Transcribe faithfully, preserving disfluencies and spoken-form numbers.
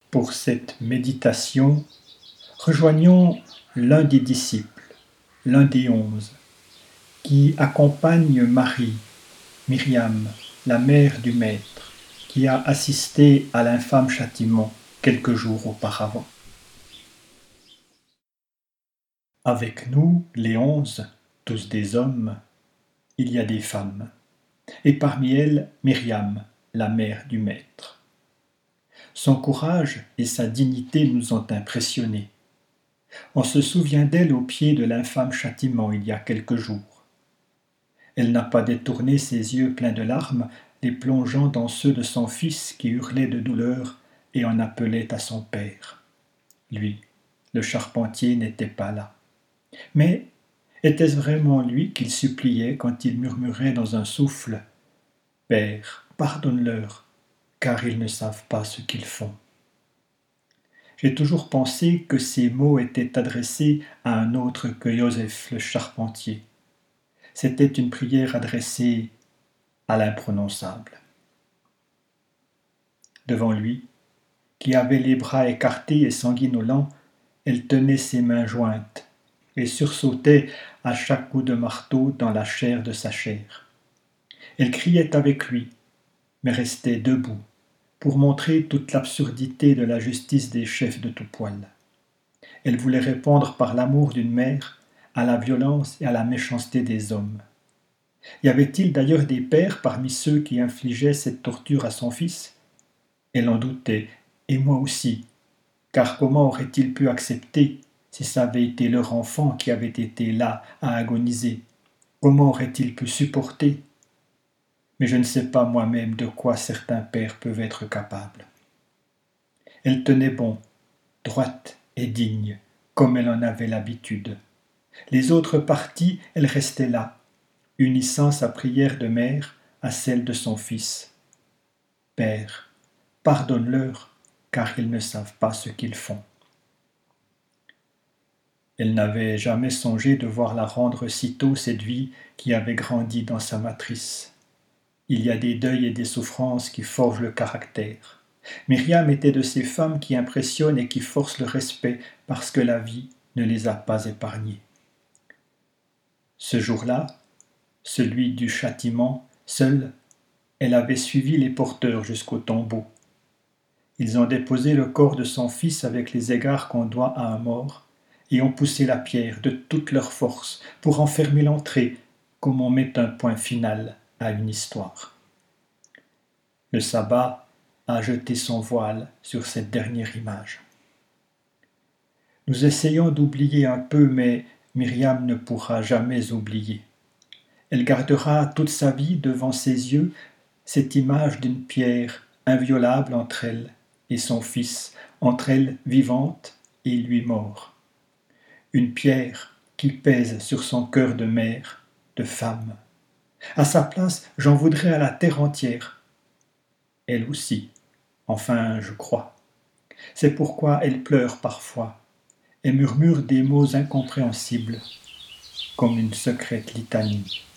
Pour cette méditation, rejoignons l'un des disciples, l'un des onze, qui accompagne Marie, Myriam, la mère du Maître, qui a assisté à l'infâme châtiment quelques jours auparavant. Avec nous, les onze, tous des hommes, il y a des femmes, et parmi elles, Myriam, la mère du Maître. Son courage et sa dignité nous ont impressionnés. On se souvient d'elle au pied de l'infâme châtiment il y a quelques jours. Elle n'a pas détourné ses yeux pleins de larmes, les plongeant dans ceux de son fils qui hurlait de douleur et en appelait à son père. Lui, le charpentier, n'était pas là. Mais était-ce vraiment lui qu'il suppliait quand il murmurait dans un souffle « Père, pardonne-leur, car ils ne savent pas ce qu'ils font ». J'ai toujours pensé que ces mots étaient adressés à un autre que Joseph le charpentier. C'était une prière adressée à l'imprononçable. Devant lui, qui avait les bras écartés et sanguinolents, elle tenait ses mains jointes et sursautait à chaque coup de marteau dans la chair de sa chair. Elle criait avec lui, mais restait debout, pour montrer toute l'absurdité de la justice des chefs de tout poil. Elle voulait répondre par l'amour d'une mère à la violence et à la méchanceté des hommes. Y avait-il d'ailleurs des pères parmi ceux qui infligeaient cette torture à son fils ? Elle en doutait, et moi aussi, car comment auraient-ils pu accepter si ça avait été leur enfant qui avait été là à agoniser ? Comment auraient-ils pu supporter ? Mais je ne sais pas moi-même de quoi certains pères peuvent être capables. Elle tenait bon, droite et digne, comme elle en avait l'habitude. Les autres parties, elle restait là, unissant sa prière de mère à celle de son fils. « Père, pardonne-leur, car ils ne savent pas ce qu'ils font. » Elle n'avait jamais songé devoir la rendre sitôt cette vie qui avait grandi dans sa matrice. Il y a des deuils et des souffrances qui forgent le caractère. Myriam était de ces femmes qui impressionnent et qui forcent le respect parce que la vie ne les a pas épargnées. Ce jour-là, celui du châtiment, seule, elle avait suivi les porteurs jusqu'au tombeau. Ils ont déposé le corps de son fils avec les égards qu'on doit à un mort et ont poussé la pierre de toute leur force pour en fermer l'entrée, comme on met un point final à une histoire. Le sabbat a jeté son voile sur cette dernière image. Nous essayons d'oublier un peu, mais Myriam ne pourra jamais oublier. Elle gardera toute sa vie devant ses yeux cette image d'une pierre inviolable entre elle et son fils, entre elle vivante et lui mort. Une pierre qui pèse sur son cœur de mère, de femme. À sa place, j'en voudrais à la terre entière. Elle aussi, enfin, je crois. C'est pourquoi elle pleure parfois et murmure des mots incompréhensibles, comme une secrète litanie.